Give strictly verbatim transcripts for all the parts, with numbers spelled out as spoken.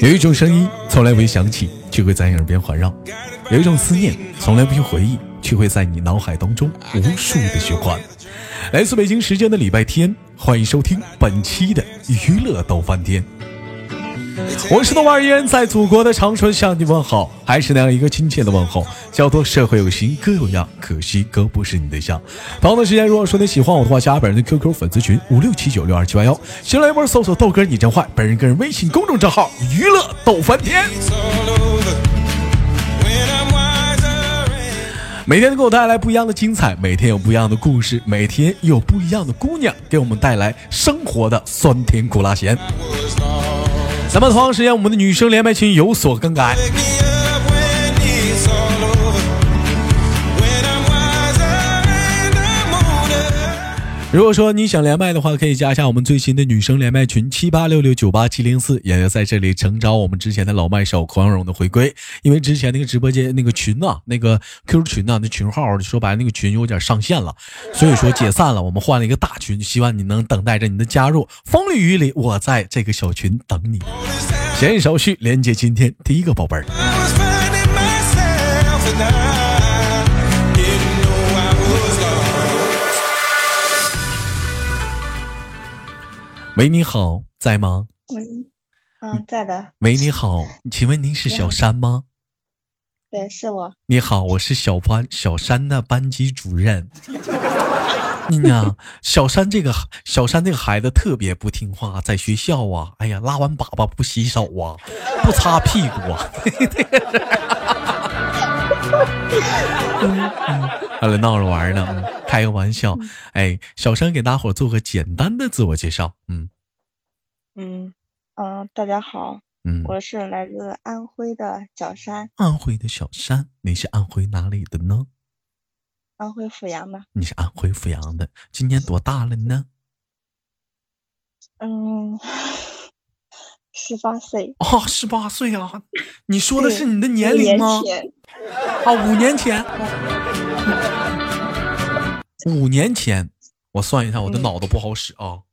有一种声音从来未响起，却会在你耳边环绕；有一种思念从来不去回忆，却会在你脑海当中无数的循环。来自北京时间的礼拜天，欢迎收听本期的娱乐逗翻天。我是豆瓣，依然在祖国的长春向你问好，还是那样一个亲切的问候，叫做社会有形哥有样，可惜哥不是你对象。同样的时间，如果说你喜欢我的话，加本人的 Q Q 粉丝群五六七九六二七八幺，新来一波搜索豆哥你真坏，本人个人微信公众账号娱乐逗翻天。每天都给我带来不一样的精彩，每天有不一样的故事，每天有不一样的姑娘给我们带来生活的酸甜苦辣咸。那么同样时间，我们的女生连麦群有所更改。如果说你想连麦的话，可以加一下我们最新的女生连麦群七八六六九八七零四，也要在这里诚招我们之前的老麦手匡荣的回归。因为之前那个直播间那个群啊，那个 Q Q 群啊，那群号说白了那个群有点上线了，所以说解散了，我们换了一个大群，希望你能等待着你的加入。风里雨里，我在这个小群等你。闲言少叙，连接今天第一个宝贝儿。喂，你好，在吗？ 喂，嗯，在的。 喂，你好，请问您是小山吗？ 对，是我。 你好，我是小班小山的班级主任。嗯呀，小山这个小山这个孩子特别不听话，在学校啊，哎呀，拉完粑粑不洗手啊，不擦屁股啊。嗯嗯，好了，闹着玩呢、嗯，开个玩笑。哎，小山给大伙做个简单的自我介绍。嗯嗯嗯、呃，大家好， 嗯， 我是来自安徽的小山。 安徽的小山，你是安徽哪里的呢？ 安徽阜阳的。 你是安徽阜阳的，今年多大了呢？ 嗯，十八岁。 哦，十八岁啊！你说的是你的年龄吗？啊，五年前。五年前，我算一下，我的脑子不好使啊。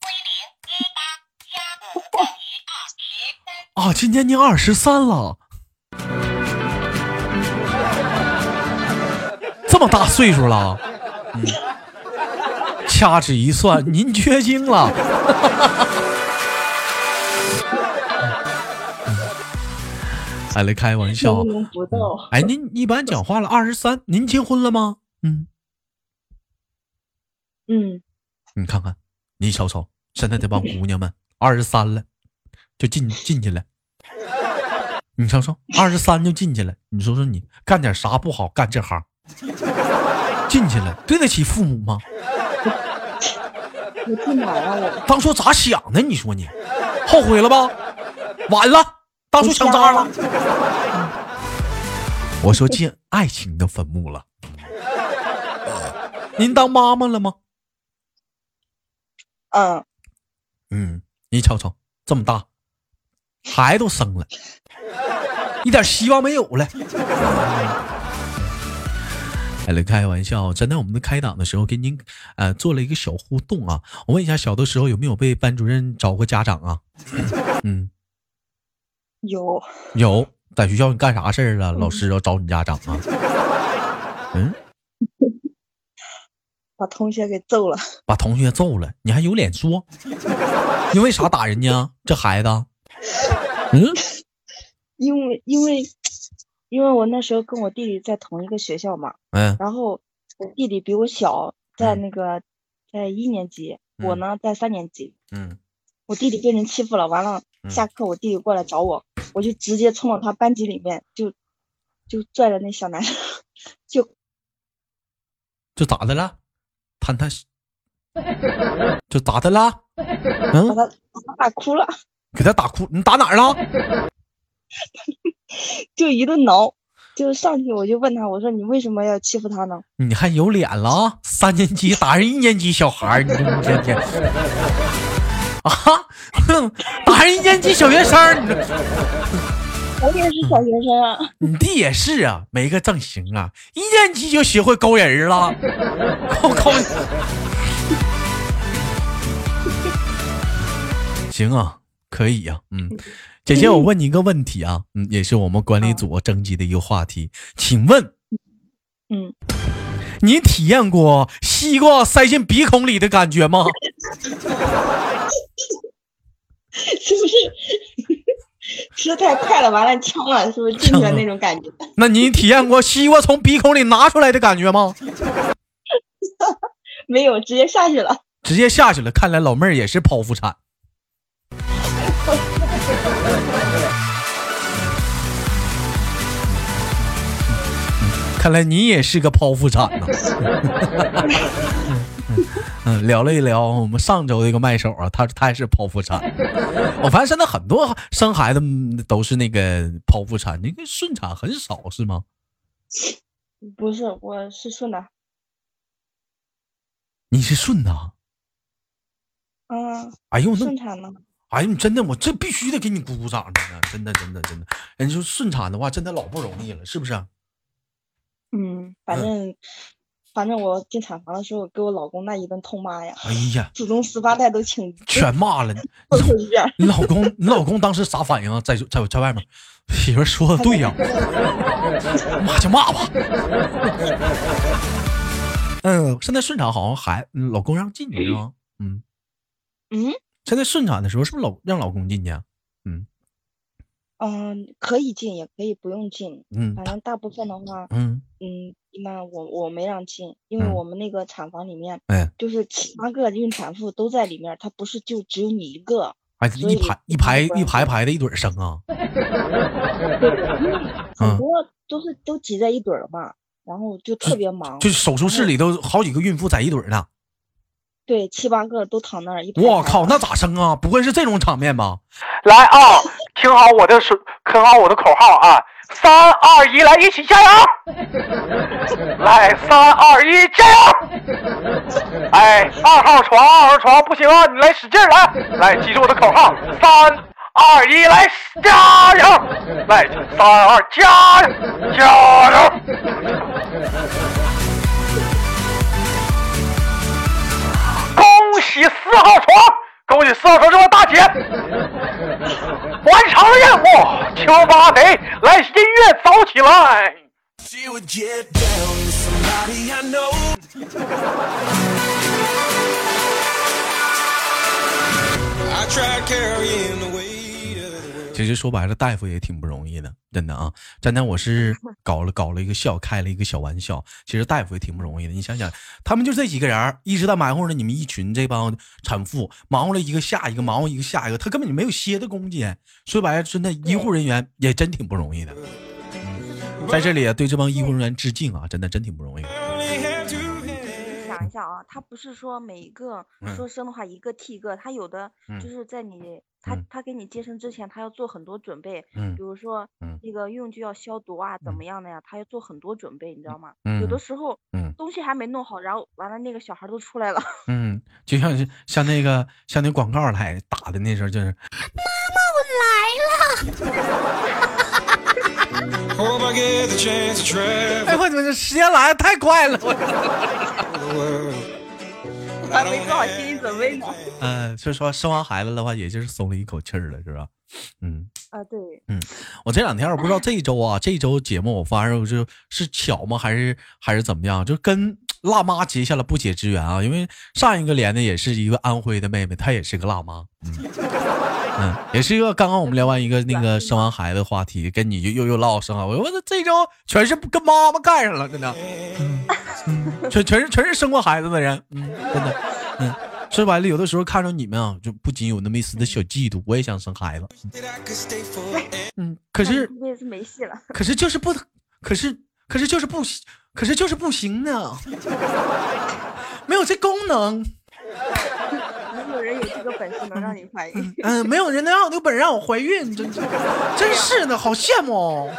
啊，今年你二十三了，这么大岁数了。嗯，掐指一算，您缺经了。哎，来开玩笑。哎，您一般讲话了，二十三，您结婚了吗？嗯嗯， 你看看，你瞅瞅，现在这帮姑娘们，二十三了就进进去了。你瞅瞅，二十三就进去了，你说说你干点啥不好干这行？进去了，对得起父母吗？ 我进哪了我？ 当初咋想的？你说你后悔了吧？晚了，当初想渣了。我说进爱情的坟墓了。您当妈妈了吗？ 嗯嗯，你瞅瞅，这么大，孩子都生了，一点希望没有了。哎，来开玩笑，真的，我们的开档的时候给您呃做了一个小互动啊。我问一下，小的时候有没有被班主任找过家长啊？嗯， 有有，在学校你干啥事儿了？老师要找你家长啊？嗯， 把同学给揍了。 把同学揍了，你还有脸说？因为啥打人家？这孩子？嗯， 因为因为因为我那时候跟我弟弟在同一个学校嘛， 嗯， 然后我弟弟比我小，在那个在一年级， 嗯、 我呢在三年级。 嗯， 我弟弟被人欺负了，完了下课我弟弟过来找我，嗯、我就直接冲到他班级里面，就就拽着那小男生，就就咋的了？谈谈，就咋的了？嗯， 把他把他打哭了， 给他打哭，你打哪儿了？ 就一顿挠，就上去我就问他，我说你为什么要欺负他呢？ 你还有脸了啊？三年级打人一年级小孩，你你天天啊，打人一年级小学生，你我也是小学生啊。 你弟也是啊，没个正形啊，一年级就学会勾人了，勾勾。行啊，可以呀、啊，嗯。 姐姐，我问你一个问题啊，嗯，也是我们管理组征集的一个话题，请问， 嗯， 你体验过西瓜塞进鼻孔里的感觉吗？ 是不是吃太快了，完了呛了，是不是进去了那种感觉？ 那你体验过西瓜从鼻孔里拿出来的感觉吗？ 没有，直接下去了。 直接下去了，看来老妹儿也是剖腹产。看来你也是个剖腹产呐、嗯嗯。聊了一聊我们上周的一个麦手啊，他他也是剖腹产。我发现现在很多生孩子都是那个剖腹产，那个顺产很少是吗？ 不是，我是顺的。 你是顺的？ 嗯。 哎呦， 顺产呢？ 哎呦，你真的，我这必须得给你鼓鼓掌，真的，真的，真的，真的。人说顺产的话，真的老不容易了，是不是？ 嗯，反正、嗯、反正我进产房的时候，给我老公那一顿痛骂呀！ 哎呀， 祖宗十八代都请全骂了。你老公，你老公当时啥反应啊？在在在外面，媳妇说的对呀、啊，骂就骂吧。嗯，现在顺产好像还老公让进去是吗？嗯嗯， 现在顺产的时候是不是老让老公进去啊？嗯。 嗯，可以进，也可以不用进。 嗯， 反正大部分的话， 嗯嗯，一般我我没让进，因为我们那个产房里面， 嗯， 就是七八个孕产妇都在里面，它不是就只有你一个， 哎，一排一排一排排的一堆生啊， 很多都是都挤在一堆儿嘛，然后就特别忙， 就手术室里都好几个孕妇在一堆呢。 对，七八个都躺那儿一排。 我靠，那咋生啊？不会是这种场面吧？ 来啊，听好我的手，听好我的口号啊！三二一，来，一起加油！来，三二一，加油！哎，二号床，二号床不行啊，你来使劲来，来，记住我的口号，三二一，来加油！来，三二加油，加油！恭喜四号床，恭喜四号床这位大姐完成了任务，丘巴得来，音乐走起来。 其实说白了，大夫也挺不容易的，真的啊！真的，我是搞了搞了一个笑，开了一个小玩笑。其实大夫也挺不容易的，你想想，他们就这几个人，一直在忙活着你们一群这帮产妇，忙活了一个下一个，忙活一个下一个，他根本就没有歇的空间。说白了，真的，医护人员也真挺不容易的。嗯、在这里也对这帮医护人员致敬啊！真的，真挺不容易的。 想一下啊，他不是说每一个说生的话一个替一个，他有的就是在你、嗯、他他给你接生之前，他要做很多准备， 嗯， 比如说、嗯、那个用具要消毒啊，怎么样的呀，他要做很多准备，你知道吗？ 嗯， 有的时候， 嗯， 东西还没弄好，然后完了那个小孩都出来了， 嗯，就像是像那个像那广告台打的那时候，就是妈妈我来了。哎，我怎么这时间来的太快了？ 我还没做好心理准备呢。 嗯，所以说生完孩子的话，也就是松了一口气儿了，是吧？嗯啊，对， 嗯，我这两天我不知道这一周啊，这一周节目我发现就是巧吗，还是还是怎么样？就跟辣妈结下了不解之缘啊，因为上一个连的也是一个安徽的妹妹，她也是个辣妈，嗯。嗯，也是一个刚刚我们聊完一个那个生完孩子的话题，跟你就又又唠生啊，我说这周全是跟妈妈干上了，真的，嗯嗯、全全是全是生过孩子的人，嗯，真的，嗯，说白了，有的时候看着你们啊，就不仅有那么一丝的小嫉妒，我也想生孩子，嗯，可是也是没戏了， 可是就是不，可是可是就是不，可是就是不行呢，没有这功能。 没有人有这个本事能让你怀孕， 嗯，没有人能让我有本事让我怀孕，真是，真是的，好羡慕哦。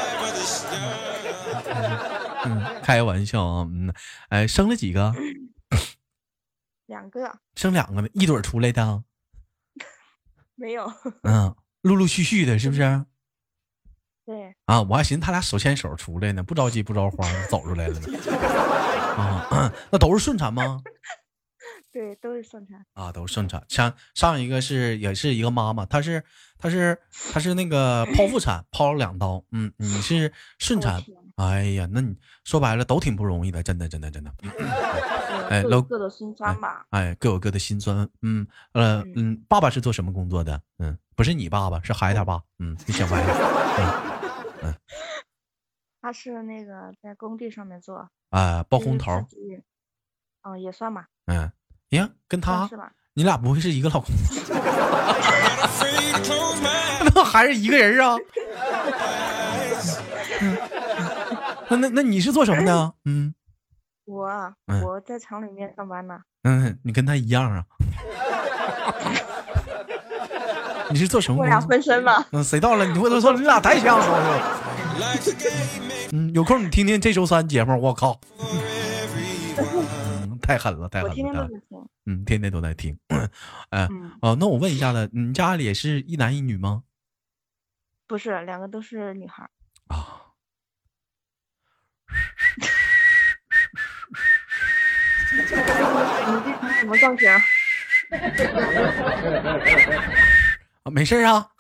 嗯，开玩笑啊，嗯，哎，生了几个？ 两个， 生两个呢，一对出来的？ 没有。 嗯，陆陆续续的，是不是？ 对。 啊，我还寻思他俩手牵手出来呢，不着急不着慌走出来了呢。啊，那都是顺产吗？ 对，都是顺产啊，都是顺产。像上一个是也是一个妈妈，她是她是她是那个剖腹产，剖了两刀。嗯，你是顺产。哎呀，那你说白了都挺不容易的，真的真的真的。 哎，各有各的辛酸吧。 哎，各有各的辛酸。嗯呃嗯，爸爸是做什么工作的？嗯，不是你爸爸，是孩子他爸。嗯，你想歪了。嗯嗯， 他是那个在工地上面做啊，包工头。 嗯，也算吧。 嗯，呀，跟他你俩不会是一个老公？那还是一个人啊？那那那你是做什么的？嗯， 我啊， 嗯、 我在厂里面上班呢。 嗯，你跟他一样啊？你是做什么？ 我俩分身吧。 嗯，谁到了？你会说你俩太像了。嗯，有空你听听这周三节目，我靠，嗯，太狠了，太狠了。 我天天都在听。 嗯，天天都在听。哎，嗯、哦，那我问一下了，你家里也是一男一女吗？ 不是，两个都是女孩。 啊。 你这成什么造型？ 啊，没事啊。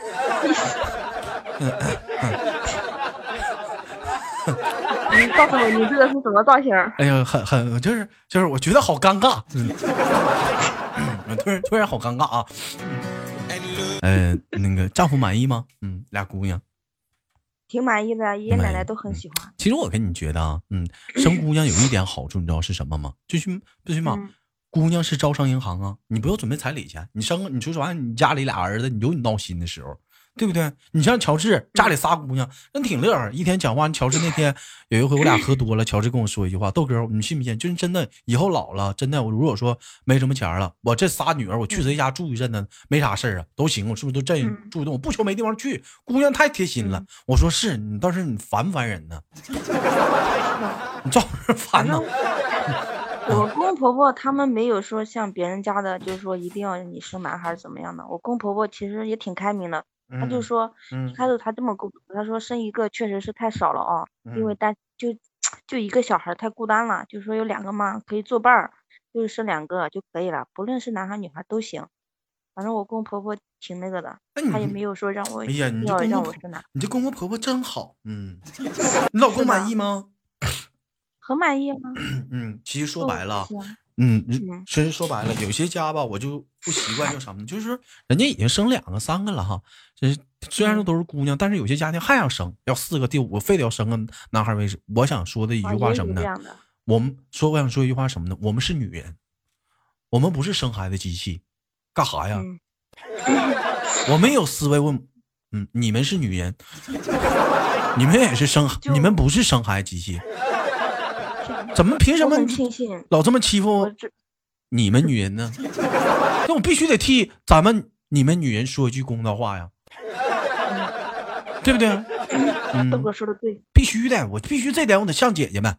你告诉我，你这个是什么造型？ 哎呀，很很就是就是，我觉得好尴尬。嗯，突然突然好尴尬啊。呃，那个丈夫满意吗？嗯，俩姑娘。 挺满意的，爷爷奶奶都很喜欢。 嗯、其实我跟你觉得啊，嗯，生姑娘有一点好处，你知道是什么吗？就是最起码、嗯、姑娘是招商银行啊，你不用准备彩礼钱，你生你说实话，你家里俩儿子，你有你闹心的时候，对不对？你像乔治家里仨姑娘，人挺乐呵，一天讲话。乔治那天有一回我俩喝多了，乔治跟我说一句话：豆哥，你信不信？就是真的，以后老了，真的，我如果说没什么钱了，我这仨女儿，我去谁家住一阵子，没啥事儿啊，都行，我是不是都这住一顿？我不求没地方去，姑娘太贴心了。我说是你，倒是你烦不烦人呢？你照着烦呢。 我公公婆婆他们没有说像别人家的，就是说一定要你生男孩怎么样的。我公婆婆其实也挺开明的。他就说，一开始他这么跟我说，他说生一个确实是太少了啊，因为单就就一个小孩太孤单了，就说有两个嘛可以作伴儿，就是生两个就可以了，不论是男孩女孩都行。反正我公公婆婆挺那个的，他也没有说让我哎呀，你要让我生男。 你这公公婆婆真好，嗯，你老公满意吗？ 很满意吗？ 嗯，其实说白了。嗯，其实说白了，有些家吧，我就不习惯叫什么，就是说人家已经生两个、三个了哈。就是虽然说都是姑娘，但是有些家庭还想生，要四个、第五，非得要生个男孩为止。我想说的一句话什么呢？我们说我想说一句话什么呢？我们是女人，我们不是生孩子机器，干啥呀？嗯、我们有思维，我嗯，你们是女人，你们也是生，你们不是生孩子机器。怎么凭什么老这么欺负你们女人呢？那我必须得替咱们你们女人说一句公道话呀，嗯、对不对？ 嗯，豆哥说的对， 必须的，我必须这点我得向姐姐们。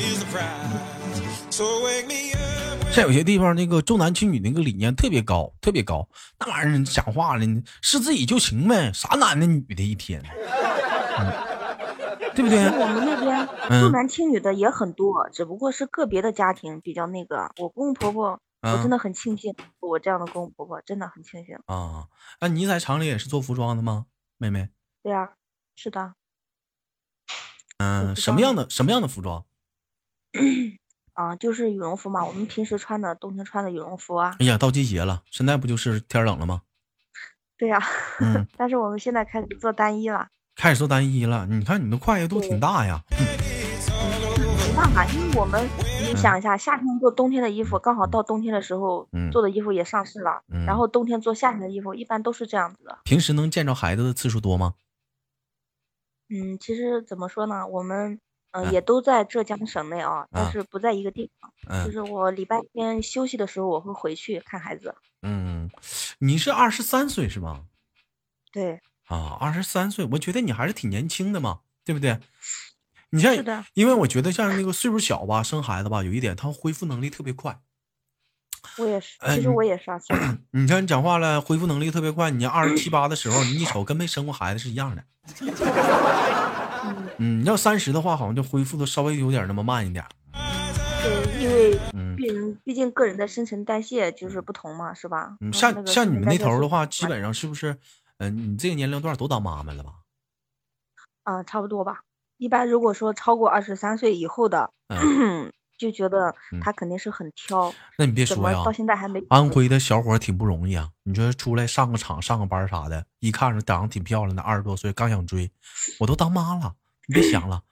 像有些地方那个重男轻女那个理念特别高，特别高，那玩意儿讲话了，是自己就行呗，啥男的女的一天。嗯，对不对？ 我们那边重男轻女的也很多、嗯、只不过是个别的家庭比较那个。我公公婆婆、嗯、我真的很庆幸我这样的公公婆婆，真的很庆幸啊。那你在厂里也是做服装的吗，妹妹？ 对啊，是的。 嗯，什么样的什么样的服装？ 啊，就是羽绒服嘛，我们平时穿的冬天穿的羽绒服啊。 哎呀，到季节了，现在不就是天冷了吗？ 对呀、啊，嗯，但是我们现在开始做单衣了。 开始做单衣了，你看你的跨越度挺大呀。 没办法，因为我们你想一下，夏天做冬天的衣服，刚好到冬天的时候、嗯、做的衣服也上市了、嗯，然后冬天做夏天的衣服，一般都是这样子的。 平时能见着孩子的次数多吗？ 嗯，其实怎么说呢，我们嗯、呃、也都在浙江省内啊，但是不在一个地方。嗯、就是我礼拜天休息的时候，我会回去看孩子。 嗯，你是二十三岁是吗？ 对。 啊，二十三岁，我觉得你还是挺年轻的嘛，对不对？你像，因为我觉得像那个岁数小吧，生孩子吧，有一点他恢复能力特别快。 我也是，其实我也是啊。 呃、你看你讲话了，恢复能力特别快。你二十七八的时候，你一瞅跟没生过孩子是一样的。嗯，要三十的话，好像就恢复的稍微有点那么慢一点。 对，因为病人毕竟个人的新陈代谢就是不同嘛，是吧？ 嗯，像、 那个、 像你们那头的话，基本上是不是？嗯、呃，你这个年龄段都当妈妈了吧？ 啊、呃，差不多吧。一般如果说超过二十三岁以后的，嗯、就觉得他肯定是很挑。嗯、 那你别说呀， 到现在还没。 安徽的小伙挺不容易啊！你说出来上个厂、上个班啥的，一看着长得挺漂亮的，二十多岁刚想追，我都当妈了，你别想了。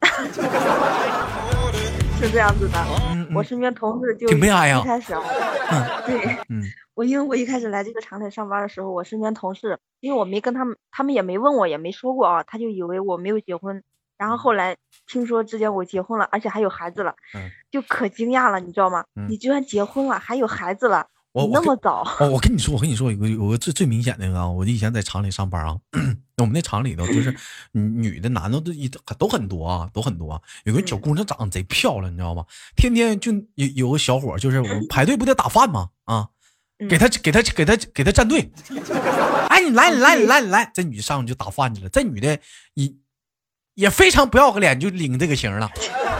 是这样子的， 嗯嗯、 我身边同事就挺悲哀呀。 一开始啊，嗯、对， 嗯， 我因为我一开始来这个厂里上班的时候，我身边同事，因为我没跟他们，他们也没问我，也没说过啊，他就以为我没有结婚。然后后来听说之前我结婚了，而且还有孩子了，嗯、就可惊讶了，你知道吗？嗯、你居然结婚了，还有孩子了， 我你那么早？ 哦，我跟你说，我跟你说，有个有个最最明显的啊，我以前在厂里上班啊，我们那厂里头就是女的、男的都一都很多啊，都很多、啊。有个小姑娘长得贼漂亮，你知道吗？天天就有有个小伙，就是我们排队不得打饭吗？啊，给他给他给他给他站队。哎，你来你来你来你来，这女的上去就打饭去了。这女的也也非常不要个脸，就领这个型了。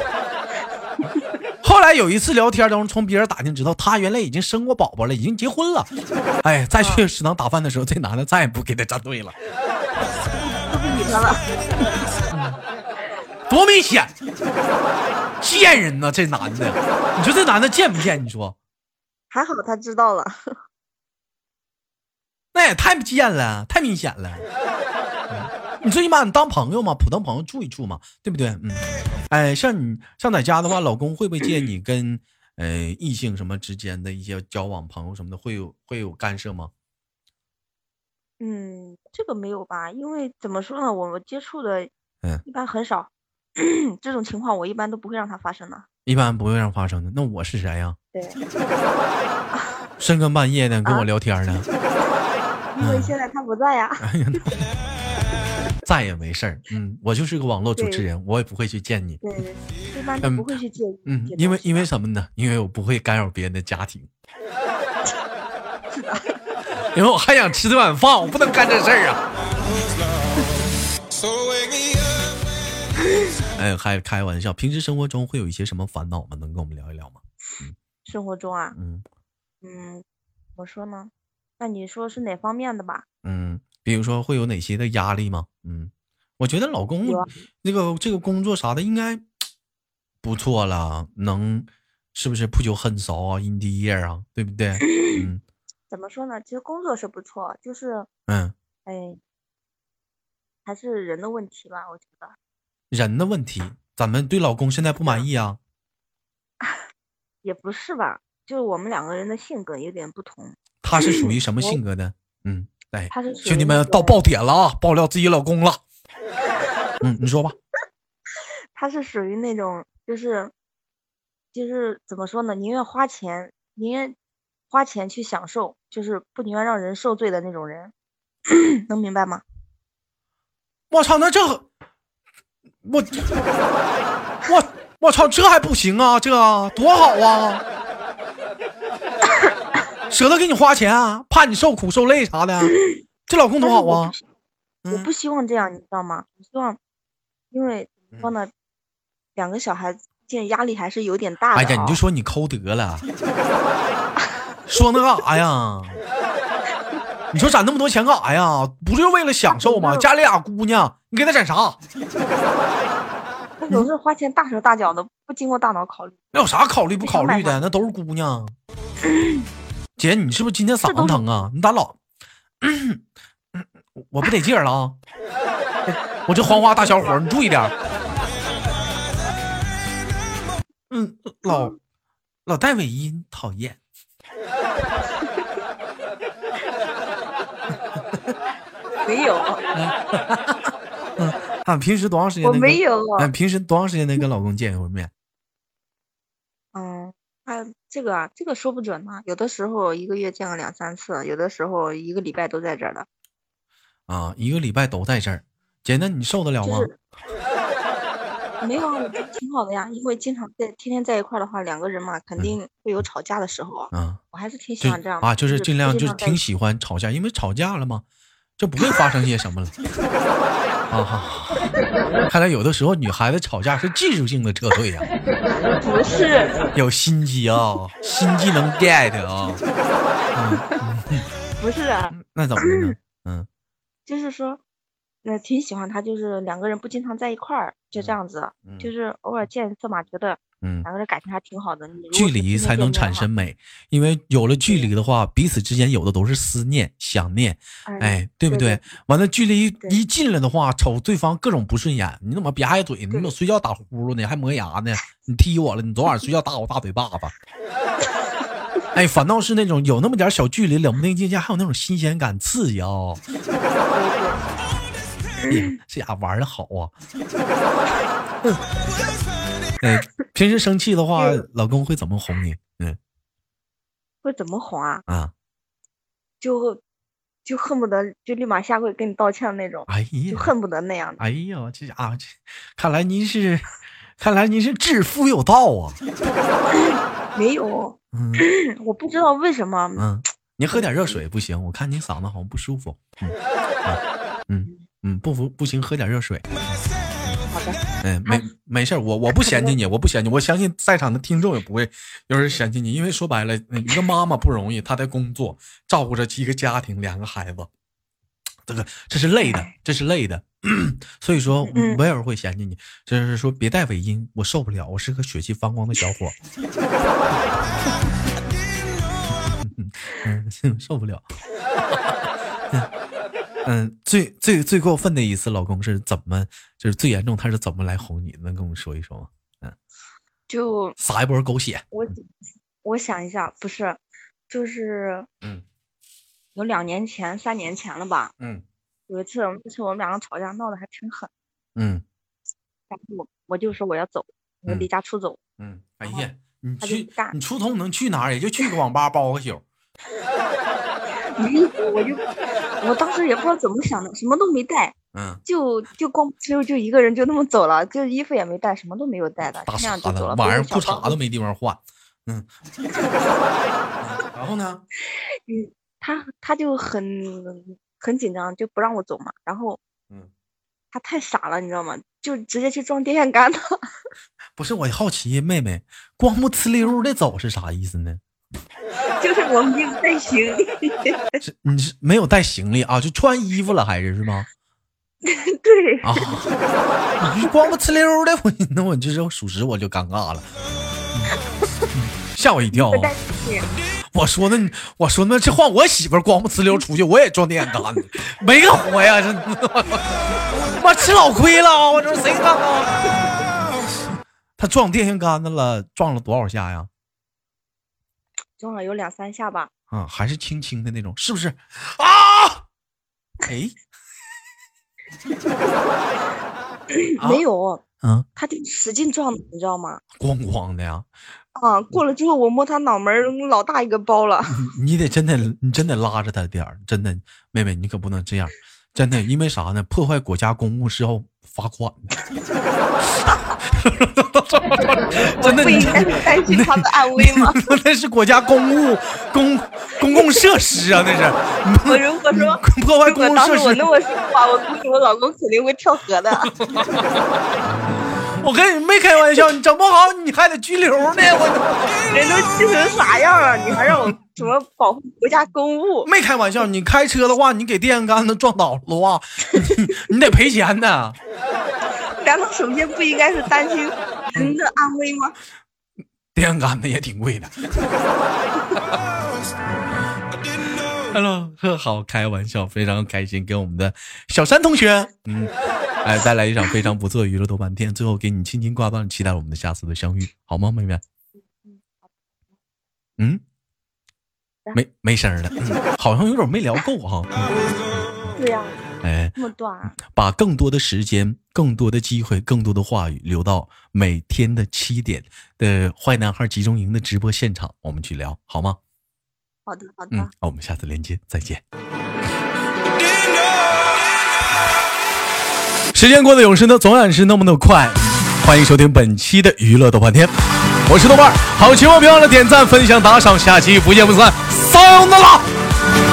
后来有一次聊天中，从别人打听知道，她原来已经生过宝宝了，已经结婚了。哎，再去食堂打饭的时候，这男的再也不给她站队了， 都不理他了。 多明显，贱人呐！这男的，你说这男的贱不贱？你说？ 还好他知道了， 那也太贱了，太明显了。你最起码你当朋友嘛，普通朋友处一处嘛，对不对？嗯，哎，像你像在家的话，老公会不会介意你跟呃异性什么之间的一些交往、朋友什么的，会有会有干涉吗？ 嗯，这个没有吧，因为怎么说呢，我们接触的嗯一般很少，嗯、这种情况我一般都不会让它发生的， 一般不会让发生的。那我是谁呀？ 对， 深更半夜的跟我聊天呢， 啊、因为现在他不在呀。 再也没事儿，嗯，我就是个网络主持人，我也不会去见你， 对，一般都不会去见你， 嗯，因为因为什么呢？因为我不会干扰别人的家庭， 是的， 因为我还想吃这碗饭，我不能干这事儿啊。哎，还开玩笑，平时生活中会有一些什么烦恼吗？能跟我们聊一聊吗？ 嗯，生活中啊，嗯嗯，怎么说呢？那你说是哪方面的吧？ 嗯。比如说会有哪些的压力吗？嗯，我觉得老公那个这个工作啥的应该不错了，能是不是不久很少啊 ？in the year 啊，对不对？嗯， 怎么说呢？其实工作是不错，就是嗯， 哎，还是人的问题吧，我觉得。 人的问题，咱们对老公现在不满意啊？ 也不是吧，就是我们两个人的性格有点不同。 他是属于什么性格的？嗯。哎， 兄弟们到爆点了啊！爆料自己老公了。嗯，你说吧。 他是属于那种，就是就是怎么说呢？宁愿花钱，宁愿花钱去享受，就是不宁愿让人受罪的那种人。能明白吗？ 我操，那这我我我操，这还不行啊？这多好啊！舍得给你花钱啊，怕你受苦受累啥的，这老公多好啊！ 我不, 我不希望这样，你知道吗？我希望，因为怎么说呢，两个小孩子这压力还是有点大的、哦。 哎呀，你就说你抠得了，说那干啥呀？你说攒那么多钱干啥呀？不是为了享受吗？家里俩姑娘，你给他攒啥？ 他总是花钱大手大脚的，不经过大脑考虑。 那有啥考虑不考虑的？那都是姑娘。姐，你是不是今天嗓子疼啊？你咋老……嗯嗯、我不得劲儿了啊！我这黄花大小伙，你注意点。嗯，老老带尾音，讨厌。 没有。 嗯啊，平时多长时间？ 我没有。 嗯、啊，平时多长时间能跟老公见一回面？ 嗯。啊，这个啊，这个说不准呢。有的时候一个月见个两三次，有的时候一个礼拜都在这儿的。 啊，一个礼拜都在这儿，姐，那你受得了吗？ 就是、没有啊，我觉得挺好的呀。因为经常在天天在一块的话，两个人嘛，肯定会有吵架的时候啊。嗯，我还是挺喜欢这样的啊，就是尽量就是挺喜欢吵架，因为吵架了嘛，就不会发生些什么了。 啊，看来有的时候女孩子吵架是技术性的撤退呀、 啊。不是， 有心机啊、哦，心机能 get 啊、哦嗯。不是啊， 那怎么的呢？嗯， 就是说，呃，挺喜欢他，就是两个人不经常在一块儿，就这样子，嗯、就是偶尔见一次嘛，觉得。嗯，两个人感情还挺好的。 距离才能产生美，因为有了距离的话，彼此之间有的都是思念、想念，哎，哎对不对？完了，距离一近了的话，瞅对方各种不顺眼，你怎么吧唧嘴？你怎么睡觉打呼噜呢？还磨牙呢？你踢我了？你昨晚睡觉打我大嘴巴子？哎，反倒是那种有那么点小距离，冷不丁之间还有那种新鲜感、刺激啊、哦！哎呀，这家玩的好啊！哎，平时生气的话，老公会怎么哄你？嗯， 会怎么哄啊？ 啊， 就就恨不得就立马下跪跟你道歉那种。 哎呀， 就恨不得那样的。 哎呀，这啊，这看来您是，看来您是致富有道啊。 没有，嗯，我不知道为什么。 嗯，您喝点热水不行，我看您嗓子好像不舒服。嗯嗯嗯嗯，不服不行，喝点热水。 好的， 嗯，没没事，我我不嫌弃你，我不嫌弃，我相信在场的听众也不会有人嫌弃你，因为说白了，一个妈妈不容易，她在工作，照顾着一个家庭，两个孩子，这个这是累的，这是累的，所以说没有人会嫌弃你，就是说别带尾音，我受不了，我是个血气方刚的小伙，嗯，受不了。嗯，最最最过分的一次，老公是怎么，就是最严重，他是怎么来哄你？能跟我们说一说吗？嗯， 就撒一波狗血。 我我想一下，不是，就是嗯， 有两年前、三年前了吧？ 嗯， 有一次，那次我们两个吵架闹得还挺狠。 嗯， 然后我我就说我要走，我离家出走。 嗯，哎呀，你去你出头能去哪儿？也就去个网吧包个宿。 我就我当时也不知道怎么想的，什么都没带， 嗯， 就就光就就一个人就那么走了，就衣服也没带，什么都没有带的， 大这样就走了。 晚上裤衩都没地方换，嗯，然后呢？ 嗯，他他就很很紧张，就不让我走嘛。然后， 嗯， 他太傻了，你知道吗？就直接去装电线杆了。 不是，我好奇，妹妹光不呲溜的走是啥意思呢？ 就是我没有带行李， 是你是没有带行李啊？就穿衣服了还是是吗？ 对啊，你光不呲溜的，我那我就是属实我就尴尬了，吓我一跳、啊。我说那我说那这换我媳妇光不呲溜出去，我也装电线杆子，没个活呀！这妈吃老亏了，我说谁干啊？他撞电线杆子了，撞了多少下呀？ 撞了有两三下吧， 啊，还是轻轻的那种，是不是？啊，哎， 没有， 嗯， 他就使劲撞，你知道吗？ 咣咣的呀！ 啊，过了之后，我摸他脑门，老大一个包了。 你得真的，你真的拉着他点儿，真的，妹妹，你可不能这样，真的，因为啥呢？破坏国家公物是要罚款的。真的， 不应该是担心他的安危吗？ 那是国家公务公公共设施啊，那是。 我如果说破坏公共设施， 我那么说话，我估计我老公肯定会跳河的。 我跟你没开玩笑，你整不好你还得拘留呢。我人都气成啥样了，你还让我什么保护国家公务？ 没开玩笑，你开车的话，你给电线杆子撞倒了的话，你, 你得赔钱的。 难道首先不应该是担心人的安危吗？ 电线杆子也挺贵的。Hello， 好，开玩笑，非常开心，跟我们的小山同学，嗯，哎，带来一场非常不错的娱乐豆瓣天，最后给你轻轻挂断，期待我们的下次的相遇，好吗，妹妹？嗯，没没声了、嗯，好像有点没聊够哈。 对呀、啊， 哎， 这么短， 把更多的时间、更多的机会、更多的话语留到每天的七点的坏男孩集中营的直播现场，我们去聊，好吗？ 好的，好的。 嗯，好，我们下次连接，再见。时间过得永生的总然是那么的快，欢迎收听本期的娱乐豆瓣天，我是豆瓣，好，千万别忘了点赞、分享、打赏，下期不见不散，桑的啦。